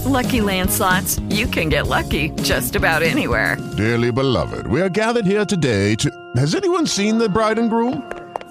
Lucky Land Slots, you can get lucky just about anywhere. Dearly beloved, we are gathered here today to... Has anyone seen the bride and groom?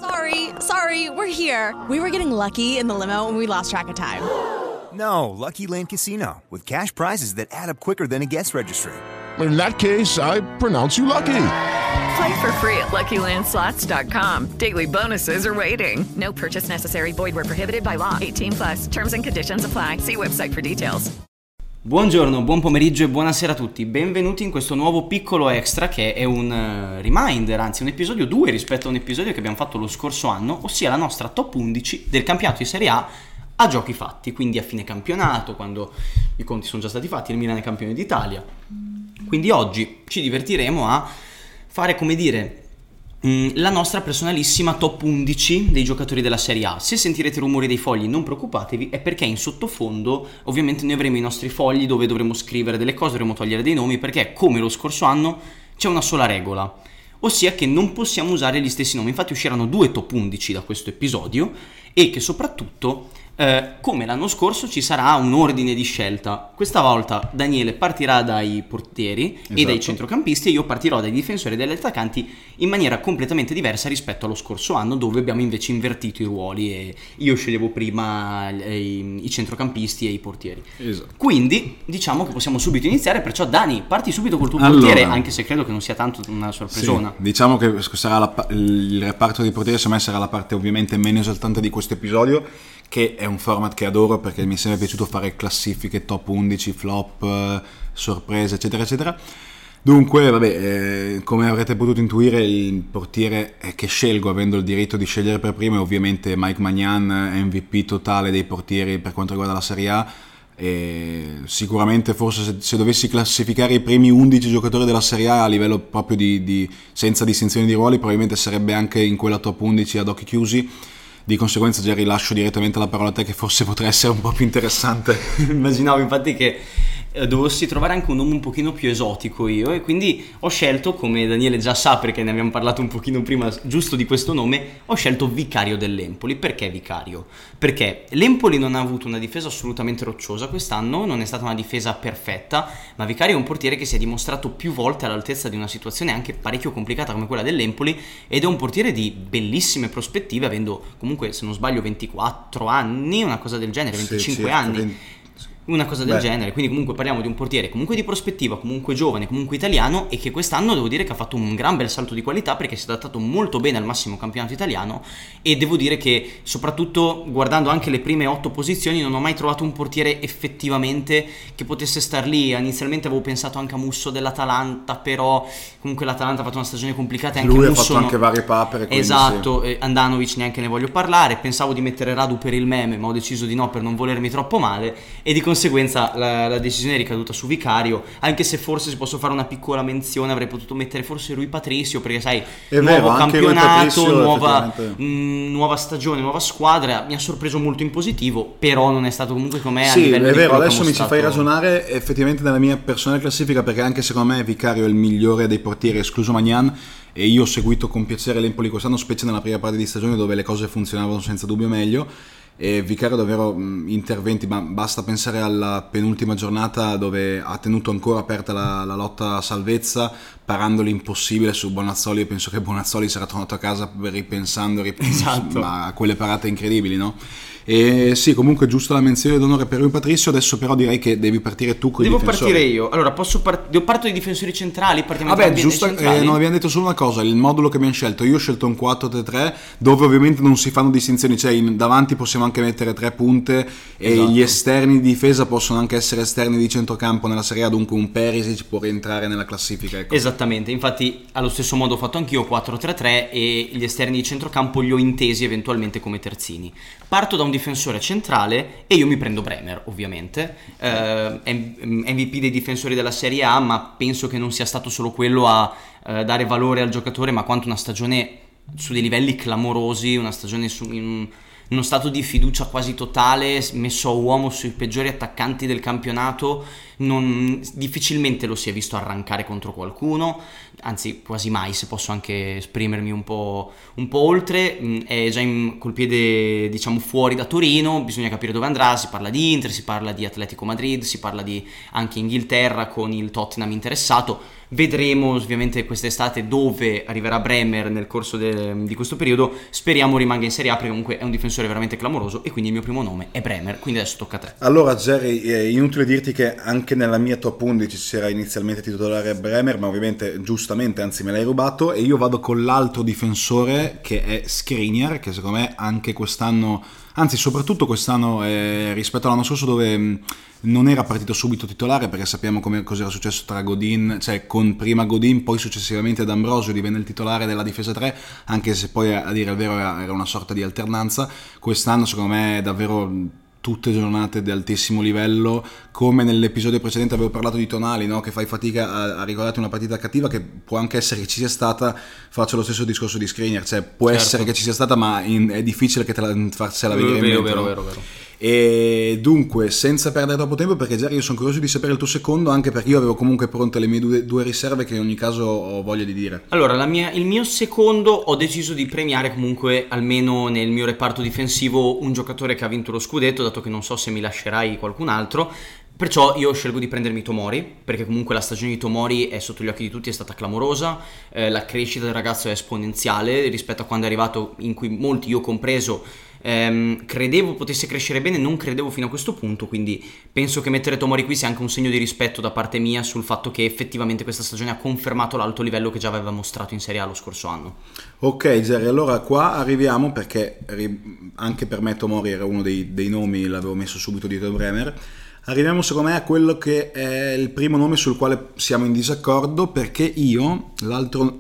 Sorry, we're here. We were getting lucky in the limo and we lost track of time. No, Lucky Land Casino, with cash prizes that add up quicker than a guest registry. In that case, I pronounce you lucky. Play for free at LuckyLandSlots.com. Daily bonuses are waiting. No purchase necessary. Void where prohibited by law. 18+. Terms and conditions apply. See website for details. Buongiorno, buon pomeriggio e buonasera a tutti. Benvenuti in questo nuovo piccolo extra che è un reminder, anzi un episodio 2 rispetto a un episodio che abbiamo fatto lo scorso anno, ossia la nostra top 11 del campionato di Serie A giochi fatti, quindi a fine campionato, quando i conti sono già stati fatti, il Milan è campione d'Italia. Quindi oggi ci divertiremo a fare, come dire, la nostra personalissima top 11 dei giocatori della Serie A. Se sentirete rumori dei fogli non preoccupatevi, è perché in sottofondo ovviamente noi avremo i nostri fogli dove dovremo scrivere delle cose, dovremo togliere dei nomi, perché come lo scorso anno c'è una sola regola, ossia che non possiamo usare gli stessi nomi. Infatti usciranno 2 top 11 da questo episodio e che soprattutto come l'anno scorso ci sarà un ordine di scelta. Questa volta Daniele partirà dai portieri e dai centrocampisti e io partirò dai difensori e dagli attaccanti in maniera completamente diversa rispetto allo scorso anno, dove abbiamo invece invertito i ruoli e io sceglievo prima i centrocampisti e i portieri. Esatto. Quindi diciamo che possiamo subito iniziare, perciò Dani, parti subito col tuo portiere, anche se credo che non sia tanto una sorpresona. Sì, diciamo che sarà il reparto dei portieri, secondo me sarà la parte ovviamente meno esaltante di questo episodio, che è un format che adoro perché mi è sempre piaciuto fare classifiche, top 11, flop, sorprese, eccetera eccetera. Dunque vabbè, come avrete potuto intuire, il portiere che scelgo, avendo il diritto di scegliere per primo, è ovviamente Mike Maignan, MVP totale dei portieri per quanto riguarda la Serie A. E sicuramente forse se dovessi classificare i primi 11 giocatori della Serie A a livello proprio di senza distinzione di ruoli, probabilmente sarebbe anche in quella top 11 ad occhi chiusi. Di conseguenza già rilascio direttamente la parola a te, che forse potrà essere un po' più interessante. Immaginavo infatti che dovessi trovare anche un nome un pochino più esotico io, e quindi ho scelto, come Daniele già sa perché ne abbiamo parlato un pochino prima giusto di questo nome, ho scelto Vicario dell'Empoli. Perché Vicario? Perché l'Empoli non ha avuto una difesa assolutamente rocciosa quest'anno, non è stata una difesa perfetta, ma Vicario è un portiere che si è dimostrato più volte all'altezza di una situazione anche parecchio complicata come quella dell'Empoli, ed è un portiere di bellissime prospettive, avendo comunque, se non sbaglio, 24 anni, una cosa del genere, 25 anni. Una cosa del genere, quindi comunque parliamo di un portiere comunque di prospettiva, comunque giovane, comunque italiano, e che quest'anno devo dire che ha fatto un gran bel salto di qualità perché si è adattato molto bene al massimo campionato italiano. E devo dire che soprattutto guardando anche le prime 8 posizioni non ho mai trovato un portiere effettivamente che potesse star lì. Inizialmente avevo pensato anche a Musso dell'Atalanta, però comunque l'Atalanta ha fatto una stagione complicata e anche lui Musso ha fatto anche varie papere, esatto, sì. Andanovic neanche ne voglio parlare. Pensavo di mettere Radu per il meme, ma ho deciso di no per non volermi troppo male, e di conseguenza la decisione è ricaduta su Vicario, anche se forse, se posso fare una piccola menzione, avrei potuto mettere forse Rui Patricio, perché sai, nuovo campionato, nuova stagione, nuova squadra, mi ha sorpreso molto in positivo, però non è stato comunque come a livello di... Sì, è vero, adesso mi ci fai ragionare effettivamente nella mia personale classifica, perché anche secondo me Vicario è il migliore dei portieri, escluso Maignan, e io ho seguito con piacere l'Empoli quest'anno, specie nella prima parte di stagione dove le cose funzionavano senza dubbio meglio. E Vicario davvero interventi, ma basta pensare alla penultima giornata dove ha tenuto ancora aperta la lotta a salvezza, parando l'impossibile su Bonazzoli. Io penso che Bonazzoli sarà tornato a casa ripensando esatto, a quelle parate incredibili, no? E sì, comunque giusto la menzione d'onore per Rui Patricio. Adesso però direi che devi partire tu con i difensori. Devo partire io. Allora parto dai difensori centrali. Giusto, non abbiamo detto solo una cosa, il modulo che abbiamo scelto. Io ho scelto un 4-3-3 dove ovviamente non si fanno distinzioni, cioè davanti possiamo anche mettere 3 punte e esatto, gli esterni di difesa possono anche essere esterni di centrocampo nella Serie A, dunque un Perisic può rientrare nella classifica, ecco. Esattamente, infatti allo stesso modo ho fatto anch'io 4-3-3 e gli esterni di centrocampo li ho intesi eventualmente come terzini. Parto da un difensore centrale e io mi prendo Bremer, ovviamente, MVP dei difensori della Serie A, ma penso che non sia stato solo quello a dare valore al giocatore, ma quanto una stagione su dei livelli clamorosi, una stagione uno stato di fiducia quasi totale, messo a uomo sui peggiori attaccanti del campionato, difficilmente lo si è visto arrancare contro qualcuno, anzi quasi mai, se posso anche esprimermi un po' oltre. È già col piede diciamo fuori da Torino, bisogna capire dove andrà. Si parla di Inter, si parla di Atletico Madrid, si parla di anche Inghilterra con il Tottenham interessato. Vedremo ovviamente quest'estate dove arriverà Bremer nel corso di questo periodo. Speriamo rimanga in Serie A, perché comunque è un difensore veramente clamoroso e quindi il mio primo nome è Bremer. Quindi adesso tocca a te. Allora Jerry, è inutile dirti che anche nella mia top 11 si era inizialmente titolare Bremer, ma ovviamente giustamente, anzi me l'hai rubato, e io vado con l'altro difensore che è Skriniar, che secondo me anche quest'anno, anzi soprattutto quest'anno rispetto all'anno scorso, dove non era partito subito titolare, perché sappiamo cosa era successo tra Godin, cioè con prima Godin, poi successivamente D'Ambrosio divenne il titolare della difesa 3, anche se poi a dire il vero era una sorta di alternanza. Quest'anno secondo me è davvero tutte giornate di altissimo livello, come nell'episodio precedente avevo parlato di Tonali, no? Che fai fatica a ricordarti una partita cattiva, che può anche essere che ci sia stata. Faccio lo stesso discorso di Skriniar, cioè può essere che ci sia stata, ma è difficile che farsela vedere in mente. Vero. E dunque, senza perdere troppo tempo, perché Jerry, io sono curioso di sapere il tuo secondo, anche perché io avevo comunque pronte le mie due riserve che in ogni caso ho voglia di dire. Allora, il mio secondo, ho deciso di premiare comunque, almeno nel mio reparto difensivo, un giocatore che ha vinto lo scudetto, dato che non so se mi lascerai qualcun altro. Perciò io scelgo di prendermi Tomori, perché comunque la stagione di Tomori è sotto gli occhi di tutti, è stata clamorosa, la crescita del ragazzo è esponenziale rispetto a quando è arrivato, in cui molti, io compreso, credevo potesse crescere bene, non credevo fino a questo punto, quindi penso che mettere Tomori qui sia anche un segno di rispetto da parte mia sul fatto che effettivamente questa stagione ha confermato l'alto livello che già aveva mostrato in Serie A lo scorso anno. Ok Jerry, allora qua arriviamo, perché anche per me Tomori era uno dei nomi, l'avevo messo subito dietro Bremer. Arriviamo secondo me a quello che è il primo nome sul quale siamo in disaccordo, perché io l'altro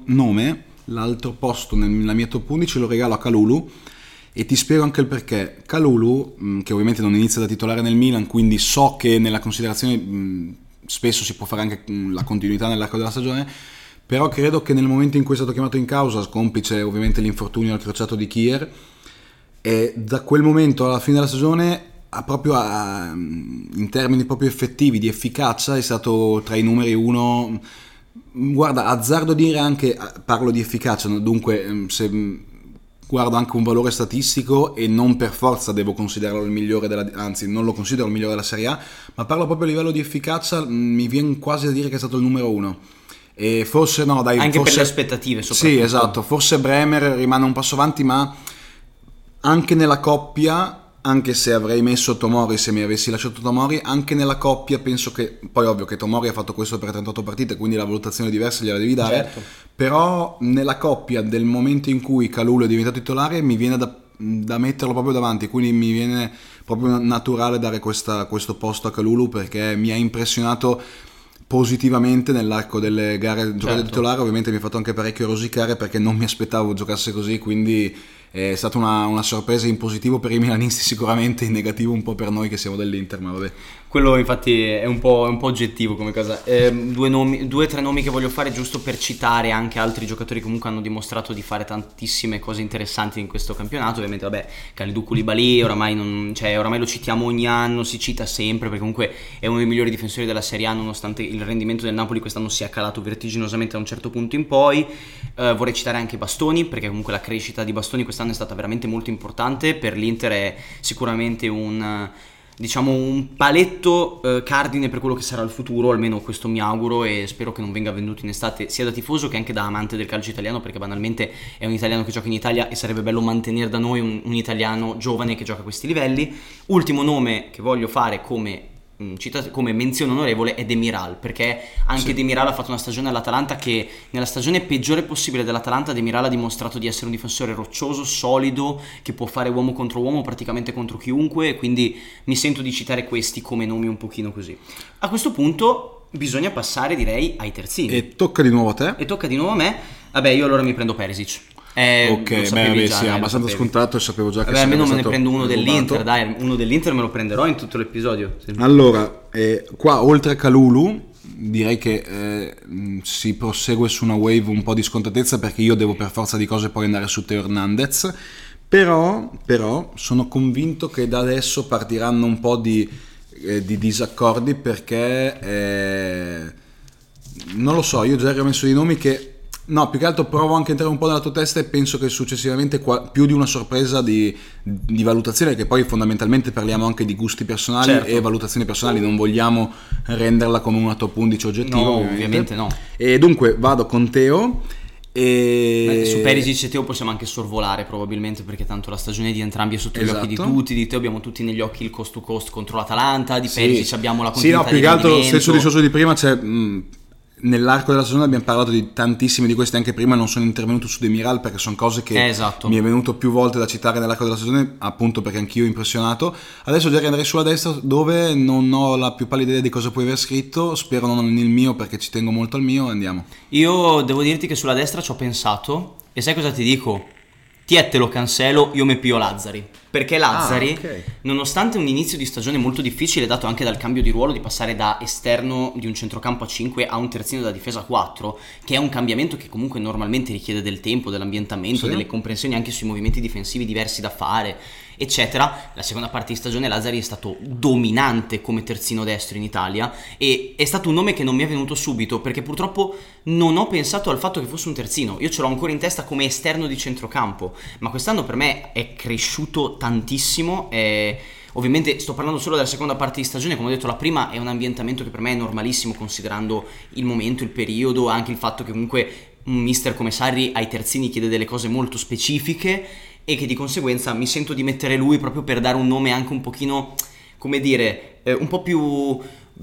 posto nella mia top 11 lo regalo a Kalulu, e ti spiego anche il perché. Kalulu, che ovviamente non inizia da titolare nel Milan, quindi so che nella considerazione spesso si può fare anche la continuità nell'arco della stagione, però credo che nel momento in cui è stato chiamato in causa, complice ovviamente l'infortunio al crociato di Kier, e da quel momento alla fine della stagione in termini proprio effettivi di efficacia è stato tra i numeri uno. Guarda, azzardo dire anche, parlo di efficacia, dunque se guardo anche un valore statistico, e non per forza devo considerarlo il migliore anzi non lo considero il migliore della Serie A, ma parlo proprio a livello di efficacia, mi viene quasi a dire che è stato il numero uno. E forse no, dai, anche forse, per le aspettative soprattutto. Sì, esatto, forse Bremer rimane un passo avanti, ma anche nella coppia, anche se avrei messo Tomori, se mi avessi lasciato Tomori, anche nella coppia penso che, poi ovvio che Tomori ha fatto questo per 38 partite, quindi la valutazione diversa gliela devi dare, certo. Però nella coppia del momento in cui Kalulu è diventato titolare mi viene da metterlo proprio davanti, quindi mi viene proprio naturale dare questo posto a Kalulu, perché mi ha impressionato positivamente nell'arco delle gare giocate titolare. Ovviamente mi ha fatto anche parecchio rosicare, perché non mi aspettavo giocasse così, quindi è stata una sorpresa in positivo per i milanisti, sicuramente in negativo un po' per noi che siamo dell'Inter, ma vabbè. Quello infatti è un po' oggettivo come cosa. Due o tre nomi che voglio fare giusto per citare anche altri giocatori che comunque hanno dimostrato di fare tantissime cose interessanti in questo campionato. Ovviamente vabbè, Kalidou Koulibaly oramai lo citiamo ogni anno, si cita sempre, perché comunque è uno dei migliori difensori della Serie A, nonostante il rendimento del Napoli quest'anno sia calato vertiginosamente da un certo punto in poi. Vorrei citare anche Bastoni, perché comunque la crescita di Bastoni quest'anno è stata veramente molto importante. Per l'Inter è sicuramente un paletto cardine per quello che sarà il futuro, almeno questo mi auguro, e spero che non venga venduto in estate sia da tifoso che anche da amante del calcio italiano, perché banalmente è un italiano che gioca in Italia e sarebbe bello mantenere da noi un italiano giovane che gioca a questi livelli. Ultimo nome che voglio fare come menzione onorevole è Demiral, perché anche Demiral ha fatto una stagione all'Atalanta che nella stagione peggiore possibile dell'Atalanta Demiral ha dimostrato di essere un difensore roccioso, solido, che può fare uomo contro uomo praticamente contro chiunque, quindi mi sento di citare questi come nomi un pochino così. A questo punto bisogna passare, direi, ai terzini. E tocca di nuovo a te? E tocca di nuovo a me. Vabbè, io allora mi prendo Perisic. Ok, beh, sì, è abbastanza scontato, e sapevo già che almeno me ne prendo uno dell'Inter, dai, uno dell'Inter me lo prenderò in tutto l'episodio. Allora, qua oltre a Kalulu direi che si prosegue su una wave un po' di scontatezza, perché io devo per forza di cose poi andare su Teo Hernandez, Però sono convinto che da adesso partiranno un po' di disaccordi, perché non lo so, io già ho messo dei nomi che... No, più che altro provo anche a entrare un po' nella tua testa, e penso che successivamente più di una sorpresa di valutazione, che poi fondamentalmente parliamo anche di gusti personali, certo, e valutazioni personali, non vogliamo renderla come una top 11 oggettiva. No, ovviamente no. E dunque vado con Teo. Su Perisic e Teo possiamo anche sorvolare probabilmente, perché tanto la stagione di entrambi è sotto gli occhi di tutti. Di Teo abbiamo tutti negli occhi il cost to cost contro l'Atalanta, di Perisic abbiamo la continuità più che altro lo stesso discorso di prima, cioè nell'arco della stagione abbiamo parlato di tantissimi di questi, anche prima non sono intervenuto su Demiral perché sono cose che mi è venuto più volte da citare nell'arco della stagione, appunto perché anch'io ho impressionato. Adesso già andrei sulla destra, dove non ho la più pallida idea di cosa puoi aver scritto, spero non nel mio perché ci tengo molto al mio. Andiamo. Io devo dirti che sulla destra ci ho pensato, e sai cosa ti dico? Te lo cancelo, io mi pio Lazzari, perché Lazzari, nonostante un inizio di stagione molto difficile dato anche dal cambio di ruolo, di passare da esterno di un centrocampo a 5 a un terzino da difesa a 4, che è un cambiamento che comunque normalmente richiede del tempo, dell'ambientamento, delle comprensioni anche sui movimenti difensivi diversi da fare, eccetera. La seconda parte di stagione Lazzari è stato dominante come terzino destro in Italia, e è stato un nome che non mi è venuto subito perché purtroppo non ho pensato al fatto che fosse un terzino. Io ce l'ho ancora in testa come esterno di centrocampo, ma quest'anno per me è cresciuto tantissimo. Ovviamente sto parlando solo della seconda parte di stagione, come ho detto la prima è un ambientamento che per me è normalissimo considerando il momento, il periodo, anche il fatto che comunque un mister come Sarri ai terzini chiede delle cose molto specifiche, e che di conseguenza mi sento di mettere lui proprio per dare un nome anche un pochino, come dire, un po' più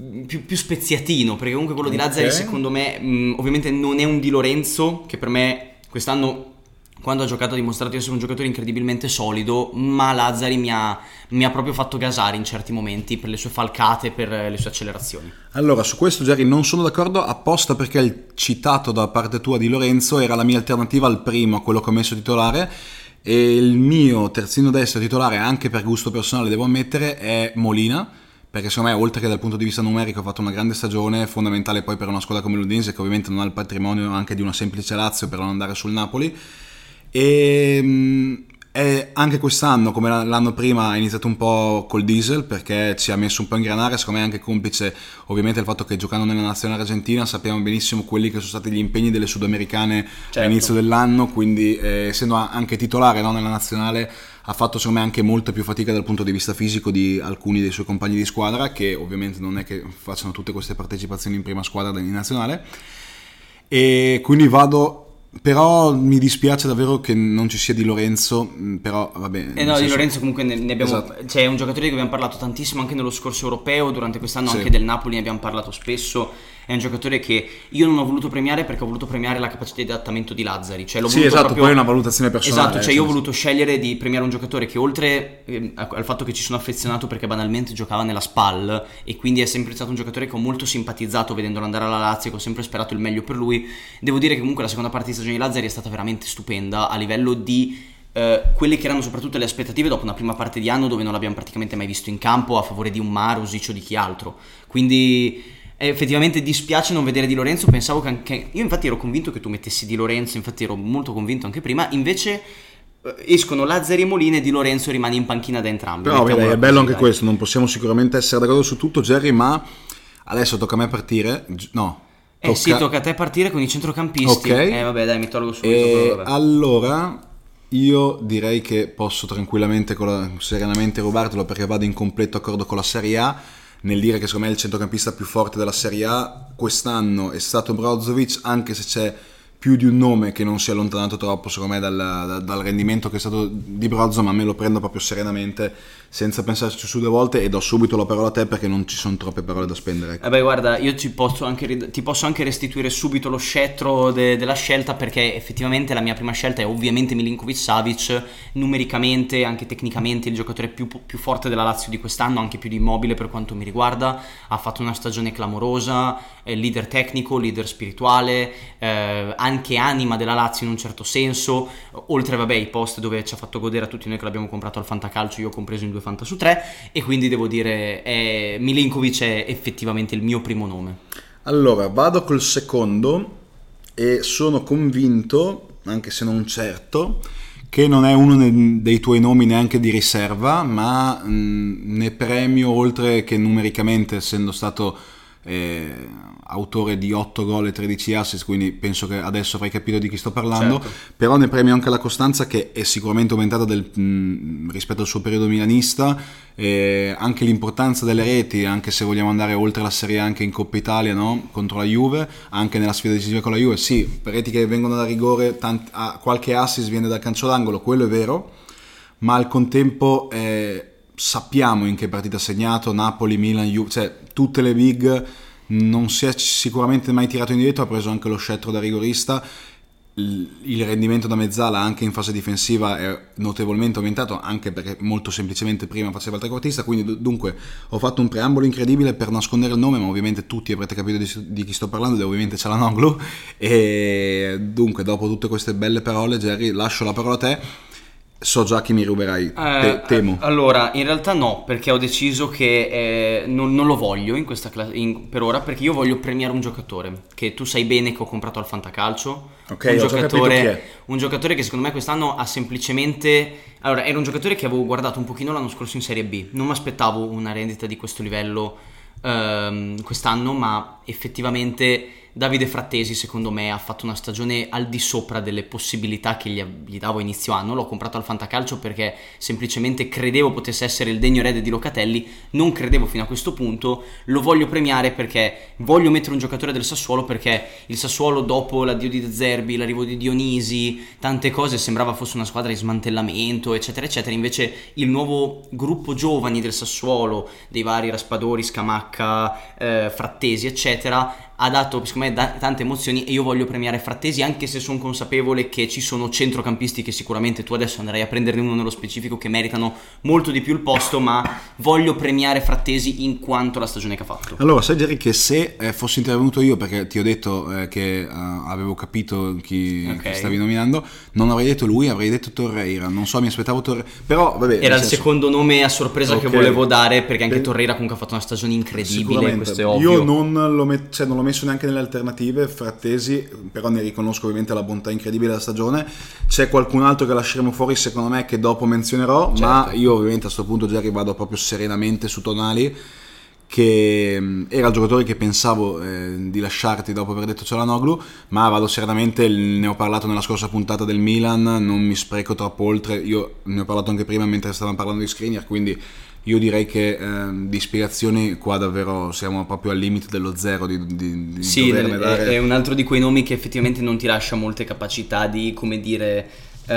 speziatino, perché comunque quello di Lazzari secondo me ovviamente non è un Di Lorenzo, che per me quest'anno quando ha giocato ha dimostrato di essere un giocatore incredibilmente solido, ma Lazzari mi ha proprio fatto gasare in certi momenti per le sue falcate, per le sue accelerazioni. Allora, su questo Jerry non sono d'accordo, apposta perché il citato da parte tua Di Lorenzo era la mia alternativa al primo, a quello che ho messo titolare, e il mio terzino destro titolare, anche per gusto personale devo ammettere, è Molina, perché secondo me oltre che dal punto di vista numerico ha fatto una grande stagione, fondamentale poi per una squadra come l'Udinese, che ovviamente non ha il patrimonio anche di una semplice Lazio per non andare sul Napoli. E anche quest'anno, come l'anno prima, ha iniziato un po' col diesel, perché ci ha messo un po' a ingranare, secondo me anche complice ovviamente il fatto che giocando nella nazionale argentina sappiamo benissimo quelli che sono stati gli impegni delle sudamericane all'inizio dell'anno, quindi essendo anche titolare nella nazionale ha fatto secondo me anche molta più fatica dal punto di vista fisico di alcuni dei suoi compagni di squadra, che ovviamente non è che facciano tutte queste partecipazioni in prima squadra in nazionale, e quindi però mi dispiace davvero che non ci sia Di Lorenzo, però vabbè. Di Lorenzo comunque ne abbiamo, cioè è un giocatore di cui abbiamo parlato tantissimo anche nello scorso europeo, durante quest'anno anche del Napoli ne abbiamo parlato spesso. È un giocatore che io non ho voluto premiare perché ho voluto premiare la capacità di adattamento di Lazzari, cioè l'ho voluto proprio... poi è una valutazione personale. Esatto, cioè io ho voluto scegliere di premiare un giocatore che oltre al fatto che ci sono affezionato perché banalmente giocava nella SPAL, e quindi è sempre stato un giocatore che ho molto simpatizzato vedendolo andare alla Lazio, che ho sempre sperato il meglio per lui. Devo dire che comunque la seconda parte di stagione di Lazzari è stata veramente stupenda a livello di quelle che erano soprattutto le aspettative dopo una prima parte di anno dove non l'abbiamo praticamente mai visto in campo a favore di un Marusic o di chi altro, quindi effettivamente dispiace non vedere Di Lorenzo. Pensavo che anche io, infatti ero convinto che tu mettessi Di Lorenzo, infatti ero molto convinto anche prima, invece escono Lazzari e Molina e Di Lorenzo rimane in panchina da entrambi. Però è bello anche questo, non possiamo sicuramente essere d'accordo su tutto, Jerry, ma adesso tocca a me partire. Tocca a te partire con i centrocampisti. Vabbè, dai, mi tolgo subito. Allora io direi che posso tranquillamente serenamente rubartelo, perché vado in completo accordo con la Serie A nel dire che secondo me il centrocampista più forte della Serie A quest'anno è stato Brozovic, anche se c'è più di un nome che non si è allontanato troppo secondo me dal rendimento che è stato di Brozo, ma me lo prendo proprio serenamente senza pensarci su due volte, e do subito la parola a te perché non ci sono troppe parole da spendere. Vabbè, guarda, io ti posso anche restituire subito lo scettro della scelta, perché effettivamente la mia prima scelta è ovviamente Milinkovic-Savic, numericamente, anche tecnicamente il giocatore più forte della Lazio di quest'anno, anche più di Immobile per quanto mi riguarda. Ha fatto una stagione clamorosa, leader tecnico, leader spirituale, anche anima della Lazio in un certo senso, oltre i post dove ci ha fatto godere a tutti noi che l'abbiamo comprato al Fantacalcio, io ho compreso in 2 Fanta su 3, e quindi devo dire Milinkovic è effettivamente il mio primo nome. Allora vado col secondo, e sono convinto, anche se non certo, che non è uno dei tuoi nomi neanche di riserva, ma ne premio, oltre che numericamente, essendo stato autore di 8 gol e 13 assist, quindi penso che adesso avrai capito di chi sto parlando. Certo. Però ne premio anche la costanza, che è sicuramente aumentata rispetto al suo periodo milanista, anche l'importanza delle reti, anche se vogliamo andare oltre la Serie A, anche in Coppa Italia, no? Contro la Juve, anche nella sfida decisiva con la Juve, sì, reti che vengono da rigore, qualche assist viene dal calcio d'angolo, quello è vero, ma al contempo sappiamo in che partita ha segnato, Napoli, Milan, Juve, cioè tutte le big. Non si è sicuramente mai tirato indietro, ha preso anche lo scettro da rigorista, il rendimento da mezzala anche in fase difensiva è notevolmente aumentato, anche perché molto semplicemente prima faceva il trequartista, quindi dunque ho fatto un preambolo incredibile per nascondere il nome, ma ovviamente tutti avrete capito di chi sto parlando, ed ovviamente Çalhanoğlu. E dunque, dopo tutte queste belle parole, Jerry, lascio la parola a te. So già chi mi ruberai, temo. Allora, in realtà no, perché ho deciso che non lo voglio in questa per ora, perché io voglio premiare un giocatore che tu sai bene che ho comprato al Fantacalcio. Ok, ho già capito chi è. Un giocatore che secondo me quest'anno ha semplicemente... Allora, era un giocatore che avevo guardato un pochino l'anno scorso in Serie B. Non mi aspettavo una rendita di questo livello quest'anno, ma effettivamente Davide Frattesi secondo me ha fatto una stagione al di sopra delle possibilità che gli davo a inizio anno. L'ho comprato al Fantacalcio perché semplicemente credevo potesse essere il degno erede di Locatelli, non credevo fino a questo punto. Lo voglio premiare perché voglio mettere un giocatore del Sassuolo, perché il Sassuolo, dopo l'addio di De Zerbi, l'arrivo di Dionisi, tante cose, sembrava fosse una squadra di smantellamento eccetera eccetera. Invece il nuovo gruppo giovani del Sassuolo, dei vari Raspadori, Scamacca, Frattesi eccetera, ha dato secondo me tante emozioni, e io voglio premiare Frattesi, anche se sono consapevole che ci sono centrocampisti che sicuramente tu adesso andrai a prenderne uno nello specifico che meritano molto di più il posto, ma voglio premiare Frattesi in quanto la stagione che ha fatto. Allora, sai Jerry che se fossi intervenuto io, perché ti ho detto che avevo capito chi stavi nominando, non avrei detto lui, avrei detto Torreira. Non so, mi aspettavo Torreira, però vabbè, era il secondo nome a sorpresa che volevo dare, perché anche Torreira comunque ha fatto una stagione incredibile, questo è ovvio. Io non l'ho messo neanche nelle alternative, Frattesi, però ne riconosco ovviamente la bontà incredibile della stagione. C'è qualcun altro che lasceremo fuori secondo me, che dopo menzionerò, certo. Ma io ovviamente a sto punto già vado proprio serenamente su Tonali, che era il giocatore che pensavo di lasciarti dopo aver detto Çalhanoğlu, ma vado serenamente, ne ho parlato nella scorsa puntata del Milan, non mi spreco troppo oltre, io ne ho parlato anche prima mentre stavamo parlando di Skriniar, quindi io direi che di ispirazioni qua davvero siamo proprio al limite dello zero di sì, doverne dare. È un altro di quei nomi che effettivamente non ti lascia molte capacità di, come dire,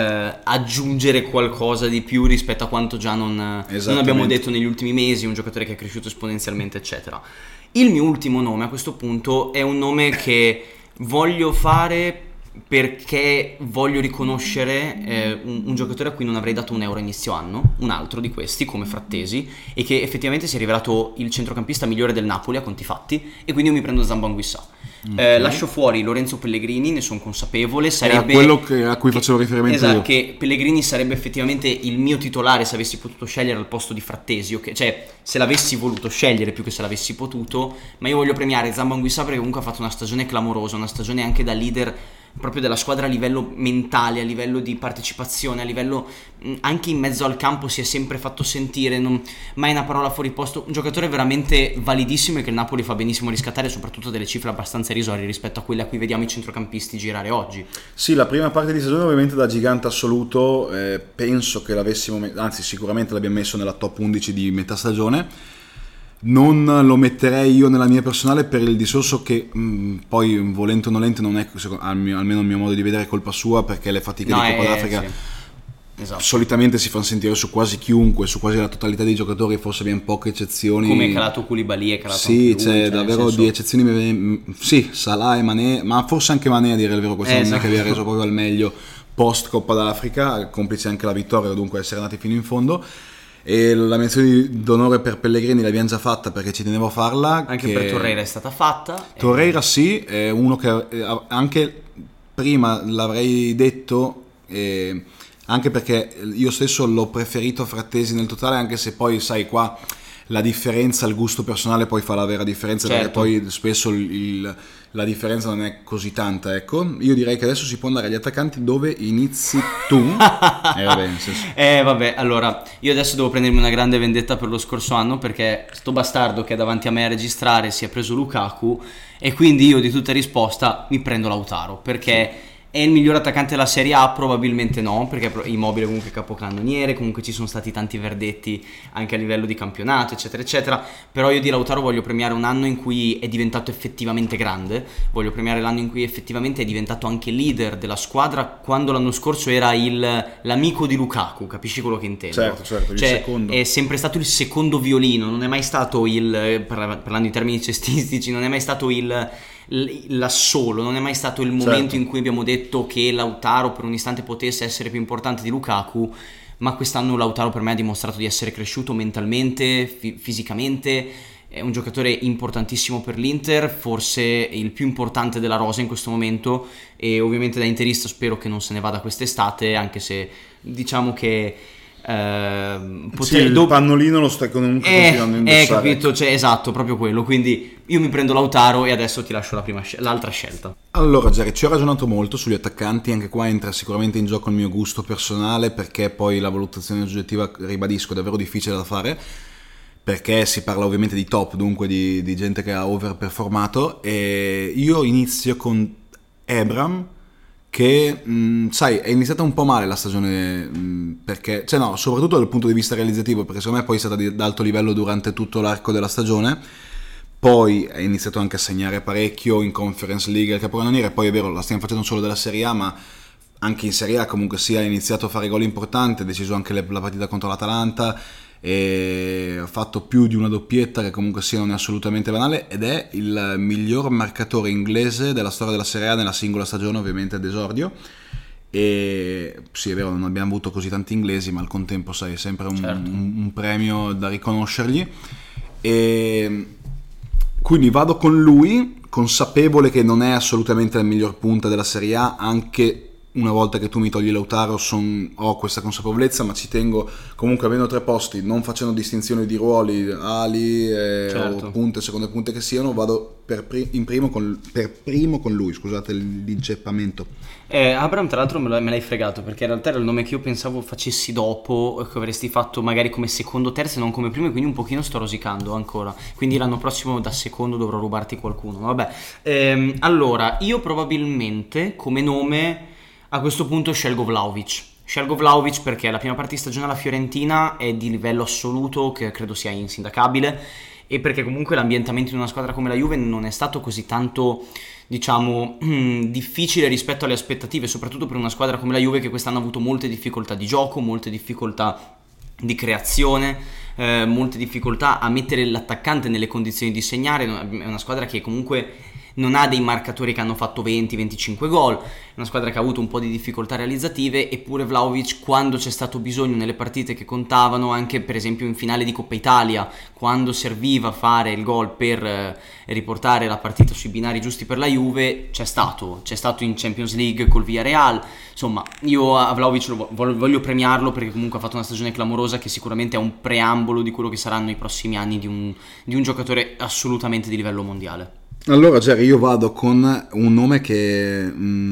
aggiungere qualcosa di più rispetto a quanto già non abbiamo detto negli ultimi mesi. Un giocatore che è cresciuto esponenzialmente eccetera. Il mio ultimo nome a questo punto è un nome che voglio fare perché voglio riconoscere un giocatore a cui non avrei dato un euro a inizio anno, un altro di questi come Frattesi, e che effettivamente si è rivelato il centrocampista migliore del Napoli a conti fatti, e quindi io mi prendo Zambo Anguissa. Okay. Lascio fuori Lorenzo Pellegrini, ne sono consapevole, sarebbe quello a cui facevo riferimento, esatto, io. Che Pellegrini sarebbe effettivamente il mio titolare se avessi potuto scegliere al posto di Frattesi, okay? Cioè se l'avessi voluto scegliere più che se l'avessi potuto, ma io voglio premiare Zambo Anguissa perché comunque ha fatto una stagione clamorosa, una stagione anche da leader proprio della squadra a livello mentale, a livello di partecipazione, a livello anche in mezzo al campo si è sempre fatto sentire, mai una parola fuori posto, un giocatore veramente validissimo e che il Napoli fa benissimo a riscattare, soprattutto delle cifre abbastanza irrisorie rispetto a quelle a cui vediamo i centrocampisti girare oggi. Sì, la prima parte di stagione ovviamente da gigante assoluto, penso che l'avessimo, anzi sicuramente l'abbiamo messo nella top 11 di metà stagione. Non lo metterei io nella mia personale per il discorso che poi volente o nolente non è, almeno il mio modo di vedere, colpa sua, perché le fatiche di Coppa d'Africa esatto. Solitamente si fanno sentire su quasi chiunque, su quasi la totalità dei giocatori, forse abbiamo poche eccezioni, come è calato Koulibaly, è calato sì, c'è davvero di eccezioni, sì, Salah e Mané, ma forse anche Mané a dire il vero, questo non è che vi ha reso proprio al meglio post Coppa d'Africa, complice anche la vittoria, dunque essere andati fino in fondo. E la menzione d'onore per Pellegrini l'abbiamo già fatta perché ci tenevo a farla, anche per Torreira è stata fatta. Torreira sì, è uno che anche prima l'avrei detto, anche perché io stesso l'ho preferito a Frattesi nel totale, anche se poi sai qua la differenza, il gusto personale poi fa la vera differenza, certo. Perché poi spesso la differenza non è così tanta, ecco. Io direi che adesso si può andare agli attaccanti, dove inizi tu. Vabbè, allora io adesso devo prendermi una grande vendetta per lo scorso anno, perché sto bastardo che è davanti a me a registrare si è preso Lukaku, e quindi io di tutta risposta mi prendo Lautaro, perché è il miglior attaccante della Serie A? Probabilmente no, perché Immobile comunque capocannoniere, comunque ci sono stati tanti verdetti anche a livello di campionato, eccetera eccetera. Però io di Lautaro voglio premiare un anno in cui è diventato effettivamente grande, voglio premiare l'anno in cui effettivamente è diventato anche leader della squadra, quando l'anno scorso era l'amico di Lukaku, capisci quello che intendo? Certo, il secondo. È sempre stato il secondo violino, non è mai stato parlando in termini cestistici, non è mai stato l'assolo, non è mai stato il momento in cui abbiamo detto che Lautaro per un istante potesse essere più importante di Lukaku, ma quest'anno Lautaro per me ha dimostrato di essere cresciuto mentalmente, fisicamente, è un giocatore importantissimo per l'Inter, forse il più importante della rosa in questo momento, e ovviamente da interista spero che non se ne vada quest'estate, anche se diciamo che il pannolino lo stai comunque continuando a indossare, capito? Cioè, esatto, proprio quello. Quindi io mi prendo Lautaro e adesso ti lascio l'altra scelta. Allora Jerry, ci ho ragionato molto sugli attaccanti, anche qua entra sicuramente in gioco il mio gusto personale, perché poi la valutazione oggettiva, ribadisco, è davvero difficile da fare, perché si parla ovviamente di top, dunque di gente che ha overperformato, e io inizio con Abraham, che sai, è iniziata un po' male la stagione, perché soprattutto dal punto di vista realizzativo, perché secondo me poi è stata di alto livello durante tutto l'arco della stagione, poi è iniziato anche a segnare parecchio in Conference League al capocannoniere, poi è vero, la stiamo facendo solo della Serie A, ma anche in Serie A comunque sia ha iniziato a fare gol importanti, ha deciso anche la partita contro l'Atalanta, e ha fatto più di una doppietta, che comunque sia non è assolutamente banale, ed è il miglior marcatore inglese della storia della Serie A nella singola stagione, ovviamente ad esordio. E sì, è vero, non abbiamo avuto così tanti inglesi, ma al contempo sai, è sempre un premio da riconoscergli, e quindi vado con lui, consapevole che non è assolutamente la miglior punta della Serie A, anche una volta che tu mi togli Lautaro ho questa consapevolezza, ma ci tengo comunque, avendo 3 posti, non facendo distinzioni di ruoli, ali o punte, seconde punte che siano, vado per primo con lui, scusate l'inceppamento. Abraham tra l'altro me l'hai fregato, perché in realtà era il nome che io pensavo facessi dopo, che avresti fatto magari come secondo, terzo e non come primo, e quindi un pochino sto rosicando ancora, quindi l'anno prossimo da secondo dovrò rubarti qualcuno, vabbè. Allora, io probabilmente come nome a questo punto scelgo Vlahovic perché la prima parte di stagione alla Fiorentina è di livello assoluto, che credo sia insindacabile, e perché comunque l'ambientamento di una squadra come la Juve non è stato così tanto, diciamo, difficile rispetto alle aspettative, soprattutto per una squadra come la Juve, che quest'anno ha avuto molte difficoltà di gioco, molte difficoltà di creazione, molte difficoltà a mettere l'attaccante nelle condizioni di segnare. È una squadra che comunque non ha dei marcatori che hanno fatto 20-25 gol, è una squadra che ha avuto un po' di difficoltà realizzative, eppure Vlahovic, quando c'è stato bisogno nelle partite che contavano, anche per esempio in finale di Coppa Italia, quando serviva fare il gol per riportare la partita sui binari giusti per la Juve, c'è stato in Champions League col Villarreal. Insomma, io a Vlahovic voglio premiarlo, perché comunque ha fatto una stagione clamorosa, che sicuramente è un preambolo di quello che saranno i prossimi anni di un giocatore assolutamente di livello mondiale. Allora Jerry, io vado con un nome che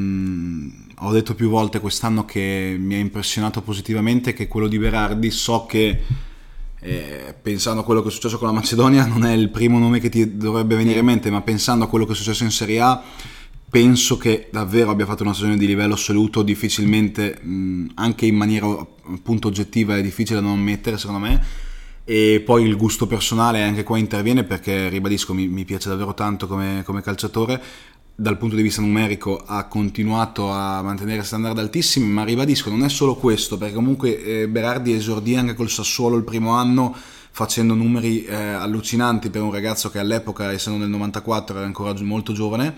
ho detto più volte quest'anno che mi ha impressionato positivamente, che è quello di Berardi. So che pensando a quello che è successo con la Macedonia non è il primo nome che ti dovrebbe venire in mente, ma pensando a quello che è successo in Serie A penso che davvero abbia fatto una stagione di livello assoluto, difficilmente, anche in maniera appunto oggettiva, è difficile da non mettere secondo me. E poi il gusto personale anche qua interviene, perché ribadisco, mi piace davvero tanto come calciatore. Dal punto di vista numerico ha continuato a mantenere standard altissimi, ma ribadisco, non è solo questo, perché comunque Berardi esordì anche col Sassuolo il primo anno facendo numeri allucinanti per un ragazzo che all'epoca, essendo nel 94, era ancora molto giovane.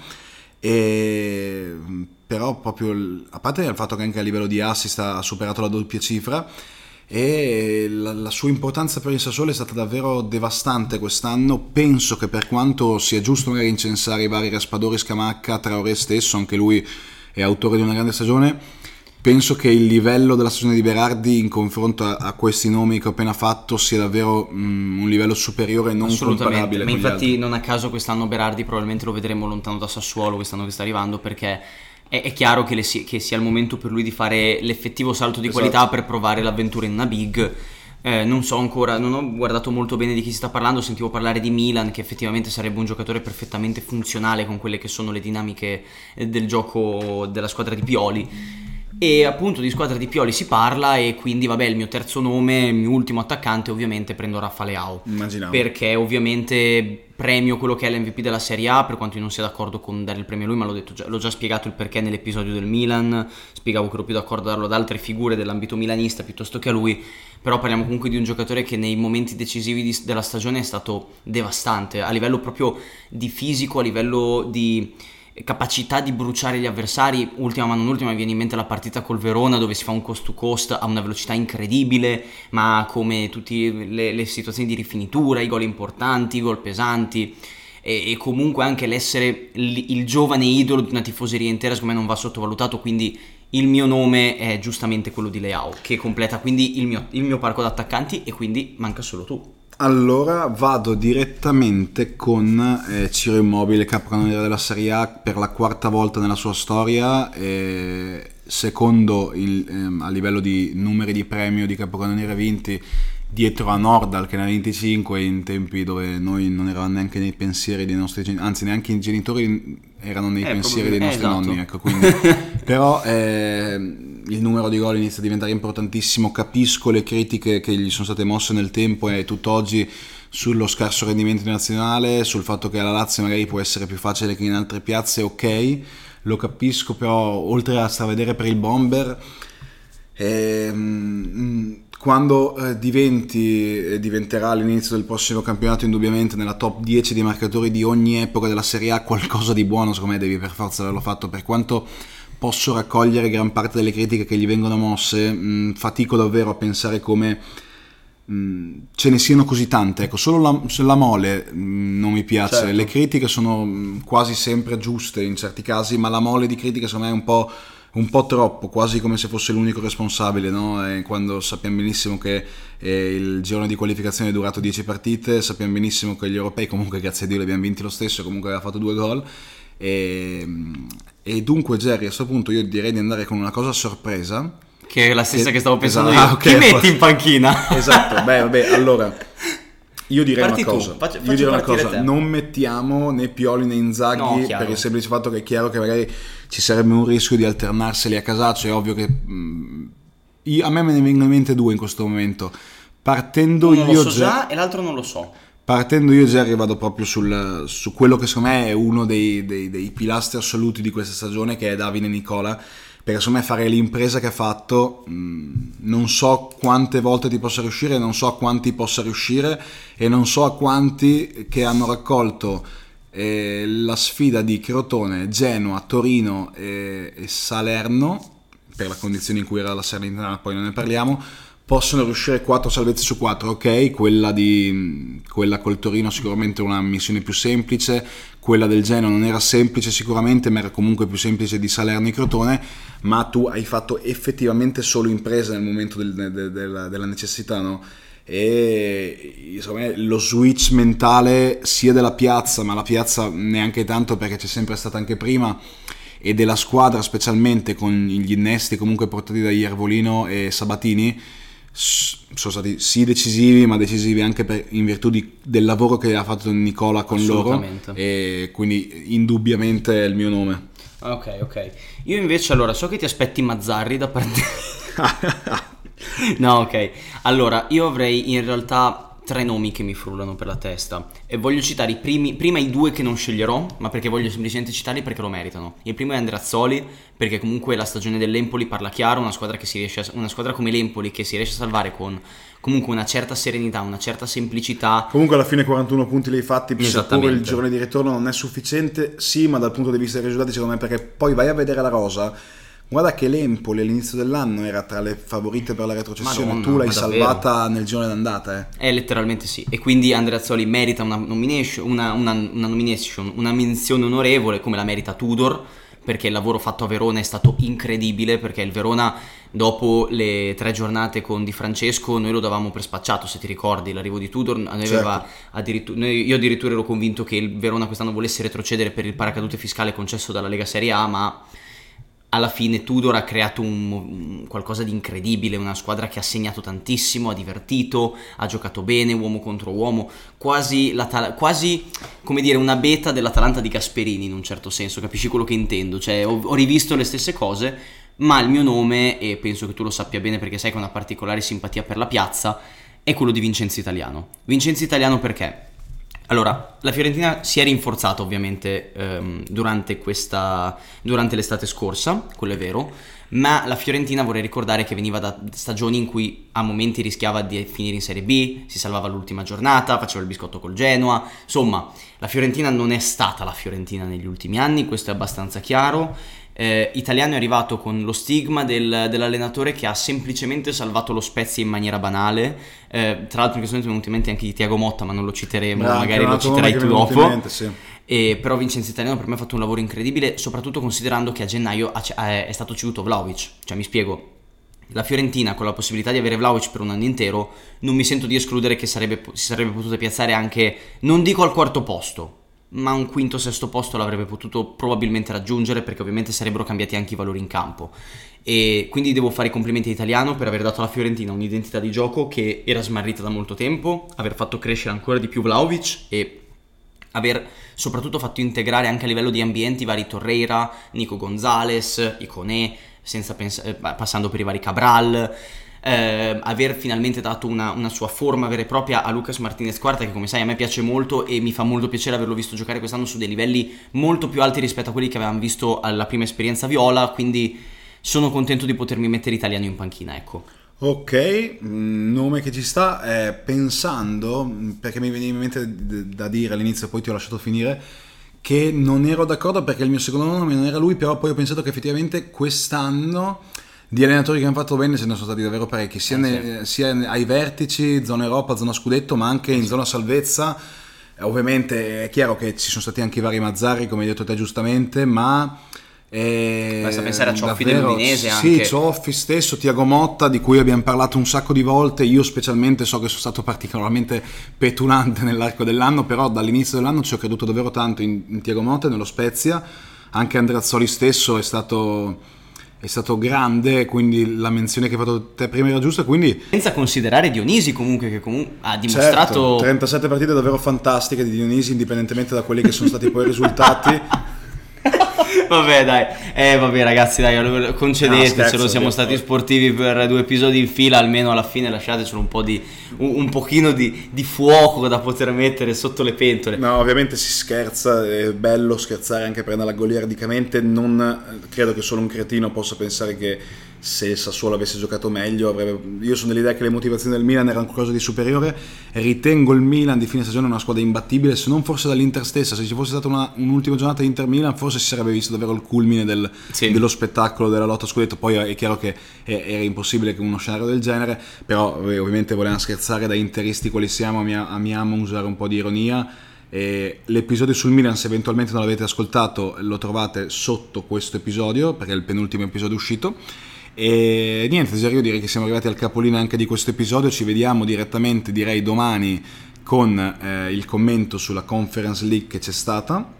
Però proprio, a parte il fatto che anche a livello di assist ha superato la doppia cifra, e la sua importanza per il Sassuolo è stata davvero devastante quest'anno. Penso che, per quanto sia giusto magari incensare i vari Raspadori, Scamacca, Traoré stesso, anche lui è autore di una grande stagione, penso che il livello della stagione di Berardi in confronto a questi nomi che ho appena fatto sia davvero un livello superiore e non comparabile ma con gli infatti altri. non a caso quest'anno Berardi probabilmente lo vedremo lontano da Sassuolo quest'anno che sta arrivando, perché è chiaro che sia il momento per lui di fare l'effettivo salto di qualità per provare l'avventura in una big. Non so ancora, non ho guardato molto bene di chi si sta parlando, sentivo parlare di Milan, che effettivamente sarebbe un giocatore perfettamente funzionale con quelle che sono le dinamiche del gioco della squadra di Pioli. E appunto di squadra di Pioli si parla, e quindi vabbè, il mio terzo nome, il mio ultimo attaccante, ovviamente prendo Rafa Leao. Immaginavo. Perché ovviamente premio quello che è l'MVP della Serie A, per quanto io non sia d'accordo con dare il premio a lui, ma l'ho già spiegato il perché nell'episodio del Milan, spiegavo che ero più d'accordo a darlo ad altre figure dell'ambito milanista piuttosto che a lui, però parliamo comunque di un giocatore che nei momenti decisivi della stagione è stato devastante, a livello proprio di fisico, a livello di capacità di bruciare gli avversari. Ultima ma non ultima, mi viene in mente la partita col Verona dove si fa un cost to cost a una velocità incredibile, ma come tutte le situazioni di rifinitura, i gol importanti, i gol pesanti, e comunque anche l'essere il giovane idolo di una tifoseria intera, secondo me non va sottovalutato. Quindi il mio nome è giustamente quello di Leao, che completa quindi il mio parco d'attaccanti, e quindi manca solo tu. Allora vado direttamente con Ciro Immobile, capocannoniere della Serie A per la quarta volta nella sua storia, secondo a livello di numeri di premio di capocannoniere vinti, dietro a Nordal che ne ha 25 in tempi dove noi non eravamo neanche nei pensieri dei nostri genitori, anzi neanche i genitori erano nei pensieri dei nostri esatto. nonni, ecco, quindi però il numero di gol inizia a diventare importantissimo. Capisco le critiche che gli sono state mosse nel tempo e tutt'oggi sullo scarso rendimento nazionale, sul fatto che alla Lazio magari può essere più facile che in altre piazze, ok, lo capisco, però oltre a stravedere per il Bomber, quando diventerà all'inizio del prossimo campionato indubbiamente nella top 10 dei marcatori di ogni epoca della Serie A, qualcosa di buono secondo me devi per forza averlo fatto. Per quanto posso raccogliere gran parte delle critiche che gli vengono mosse, fatico davvero a pensare come ce ne siano così tante, ecco. Solo la mole non mi piace, certo. Le critiche sono quasi sempre giuste in certi casi, ma la mole di critiche secondo me è un po' troppo, quasi come se fosse l'unico responsabile, no? Quando sappiamo benissimo che il girone di qualificazione è durato 10 partite, sappiamo benissimo che gli europei comunque grazie a Dio li abbiamo vinti lo stesso, comunque aveva fatto 2 gol, e dunque Jerry, a questo punto io direi di andare con una cosa a sorpresa, che è la stessa che stavo pensando io. Okay, chi metti in panchina? Esatto, vabbè, allora io direi Parti una cosa, non mettiamo né Pioli né Inzaghi, per il semplice fatto che è chiaro che magari ci sarebbe un rischio di alternarseli a casaccio. È ovvio che a me ne vengono in mente 2 in questo momento. Partendo uno io lo so già e l'altro non lo so. Partendo io Jerry vado proprio su quello che secondo me è uno dei pilastri assoluti di questa stagione, che è Davide Nicola, perché secondo me fare l'impresa che ha fatto, non so quante volte ti possa riuscire, non so a quanti possa riuscire, e non so a quanti che hanno raccolto la sfida di Crotone, Genoa, Torino e Salerno, per la condizione in cui era la Salernitana, poi non ne parliamo, possono riuscire 4 salvezze su 4, ok, quella col Torino sicuramente è una missione più semplice, quella del Genoa non era semplice sicuramente, ma era comunque più semplice di Salerno e Crotone, ma tu hai fatto effettivamente solo impresa nel momento della necessità, no? E secondo me lo switch mentale sia della piazza, ma la piazza neanche tanto perché c'è sempre stata anche prima, e della squadra specialmente con gli innesti comunque portati da Iervolino e Sabatini, sono stati sì decisivi, ma decisivi anche in virtù del lavoro che ha fatto Nicola con loro, e quindi indubbiamente è il mio nome. Ok. Io invece, allora, so che ti aspetti Mazzarri da parte no, ok. Allora, io avrei in realtà 3 nomi che mi frullano per la testa, e voglio citare prima i 2 che non sceglierò, ma perché voglio semplicemente citarli perché lo meritano. Il primo è Andreazzoli, perché comunque la stagione dell'Empoli parla chiaro, una squadra come l'Empoli che si riesce a salvare con comunque una certa serenità, una certa semplicità. Comunque alla fine 41 punti li hai fatti, seppure il girone di ritorno non è sufficiente, sì, ma dal punto di vista dei risultati secondo me, perché poi vai a vedere la rosa. Guarda che l'Empoli all'inizio dell'anno era tra le favorite per la retrocessione. Madonna, tu l'hai salvata nel girone d'andata, letteralmente sì. E quindi Andreazzoli merita una menzione onorevole, come la merita Tudor, perché il lavoro fatto a Verona è stato incredibile, perché il Verona dopo le 3 giornate con Di Francesco noi lo davamo per spacciato, se ti ricordi l'arrivo di Tudor, io addirittura ero convinto che il Verona quest'anno volesse retrocedere per il paracadute fiscale concesso dalla Lega Serie A, ma alla fine Tudor ha creato qualcosa di incredibile, una squadra che ha segnato tantissimo, ha divertito, ha giocato bene, uomo contro uomo, quasi come dire una beta dell'Atalanta di Gasperini in un certo senso, capisci quello che intendo? Cioè ho rivisto le stesse cose, ma il mio nome, e penso che tu lo sappia bene perché sai che ho una particolare simpatia per la piazza, è quello di Vincenzo Italiano. Vincenzo Italiano perché? Allora, la Fiorentina si è rinforzata ovviamente durante l'estate scorsa, quello è vero, ma la Fiorentina vorrei ricordare che veniva da stagioni in cui a momenti rischiava di finire in Serie B, si salvava l'ultima giornata, faceva il biscotto col Genoa, insomma la Fiorentina non è stata la Fiorentina negli ultimi anni, questo è abbastanza chiaro. Italiano è arrivato con lo stigma dell'allenatore che ha semplicemente salvato lo Spezia in maniera banale, tra l'altro in questo momento è venuto in mente anche di Thiago Motta, ma non lo citeremo, magari lo citerai tu dopo. Sì. Però Vincenzo Italiano per me ha fatto un lavoro incredibile, soprattutto considerando che a gennaio è stato ceduto Vlahovic. Cioè mi spiego, la Fiorentina con la possibilità di avere Vlahovic per un anno intero, non mi sento di escludere che si sarebbe potuta piazzare anche, non dico al quarto posto, ma un quinto, sesto posto l'avrebbe potuto probabilmente raggiungere, perché ovviamente sarebbero cambiati anche i valori in campo. E quindi devo fare i complimenti a Italiano per aver dato alla Fiorentina un'identità di gioco che era smarrita da molto tempo, aver fatto crescere ancora di più Vlahovic e aver soprattutto fatto integrare anche a livello di ambienti vari Torreira, Nico Gonzalez, Iconé, passando per i vari Cabral, aver finalmente dato una sua forma vera e propria a Lucas Martinez Quarta, che come sai a me piace molto e mi fa molto piacere averlo visto giocare quest'anno su dei livelli molto più alti rispetto a quelli che avevamo visto alla prima esperienza viola, quindi sono contento di potermi mettere Italiano in panchina, ecco. Ok, nome che ci sta, pensando, perché mi veniva in mente da dire all'inizio e poi ti ho lasciato finire, che non ero d'accordo perché il mio secondo nome non era lui, però poi ho pensato che effettivamente quest'anno di allenatori che hanno fatto bene ce ne sono stati davvero parecchi, sia ai vertici, zona Europa, zona scudetto, ma anche in zona salvezza. Ovviamente è chiaro che ci sono stati anche i vari Mazzarri, come hai detto te giustamente, ma basta pensare a Cioffi dell'Udinese anche. Sì, Cioffi stesso, Thiago Motta, di cui abbiamo parlato un sacco di volte. Io specialmente so che sono stato particolarmente petulante nell'arco dell'anno, però dall'inizio dell'anno ci ho creduto davvero tanto in Thiago Motta e nello Spezia. Anche Andreazzoli stesso è stato grande, quindi la menzione che hai fatto te prima era giusta, quindi senza considerare Dionisi comunque, che ha dimostrato 37 partite davvero fantastiche di Dionisi, indipendentemente da quelli che sono stati poi i risultati. Vabbè dai, vabbè ragazzi, dai, concedetecelo, siamo stati sportivi per 2 episodi in fila, almeno alla fine lasciatecelo un pochino di fuoco da poter mettere sotto le pentole. No, ovviamente si scherza, è bello scherzare anche prenderla goliardicamente, non credo che solo un cretino possa pensare che se il Sassuolo avesse giocato meglio io sono dell'idea che le motivazioni del Milan erano qualcosa di superiore. Ritengo il Milan di fine stagione una squadra imbattibile, se non forse dall'Inter stessa. Se ci fosse stata un'ultima giornata Inter-Milan forse si sarebbe visto davvero il culmine dello spettacolo della lotta scudetto. Poi è chiaro che era impossibile che uno scenario del genere, però ovviamente volevamo scherzare, da interisti quali siamo amiamo usare un po' di ironia. L'episodio sul Milan, se eventualmente non l'avete ascoltato, lo trovate sotto questo episodio perché è il penultimo episodio uscito. E niente, io direi che siamo arrivati al capolinea anche di questo episodio. Ci vediamo direttamente, direi domani, con il commento sulla Conference League che c'è stata,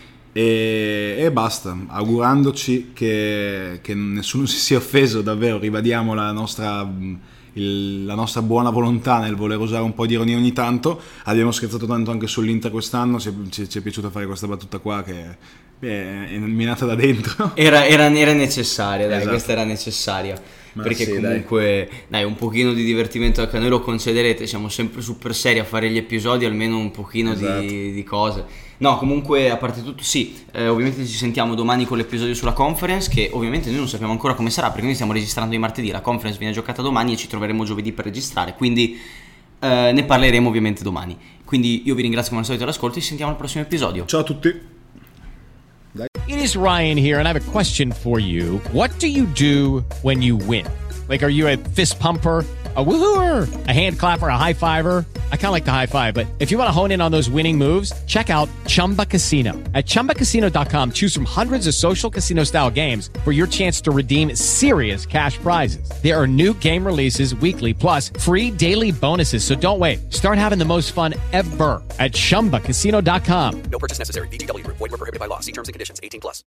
e basta, augurandoci che nessuno si sia offeso. Davvero ribadiamo la nostra buona volontà nel voler usare un po' di ironia ogni tanto. Abbiamo scherzato tanto anche sull'Inter quest'anno, ci è piaciuto fare questa battuta qua che è nata da dentro. Era necessaria, dai, esatto. Questa era necessaria. Ma perché sì, comunque dai, un pochino di divertimento anche a noi lo concederete, siamo sempre super seri a fare gli episodi, almeno un pochino esatto. di cose. No, comunque a parte tutto sì, ovviamente ci sentiamo domani con l'episodio sulla Conference, che ovviamente noi non sappiamo ancora come sarà perché noi stiamo registrando di martedì, la Conference viene giocata domani e ci troveremo giovedì per registrare, quindi ne parleremo ovviamente domani. Quindi io vi ringrazio come al solito all'ascolto e ci sentiamo al prossimo episodio. Ciao a tutti. It is Ryan here, and I have a question for you. What do you do when you win? Like, are you a fist pumper? A woohooer, a hand clapper, a high fiver. I kind of like the high five, but if you want to hone in on those winning moves, check out Chumba Casino. At ChumbaCasino.com, choose from hundreds of social casino style games for your chance to redeem serious cash prizes. There are new game releases weekly, plus free daily bonuses. So don't wait. Start having the most fun ever at ChumbaCasino.com. No purchase necessary. VGW Group. Void where prohibited by law. See terms and conditions. 18+.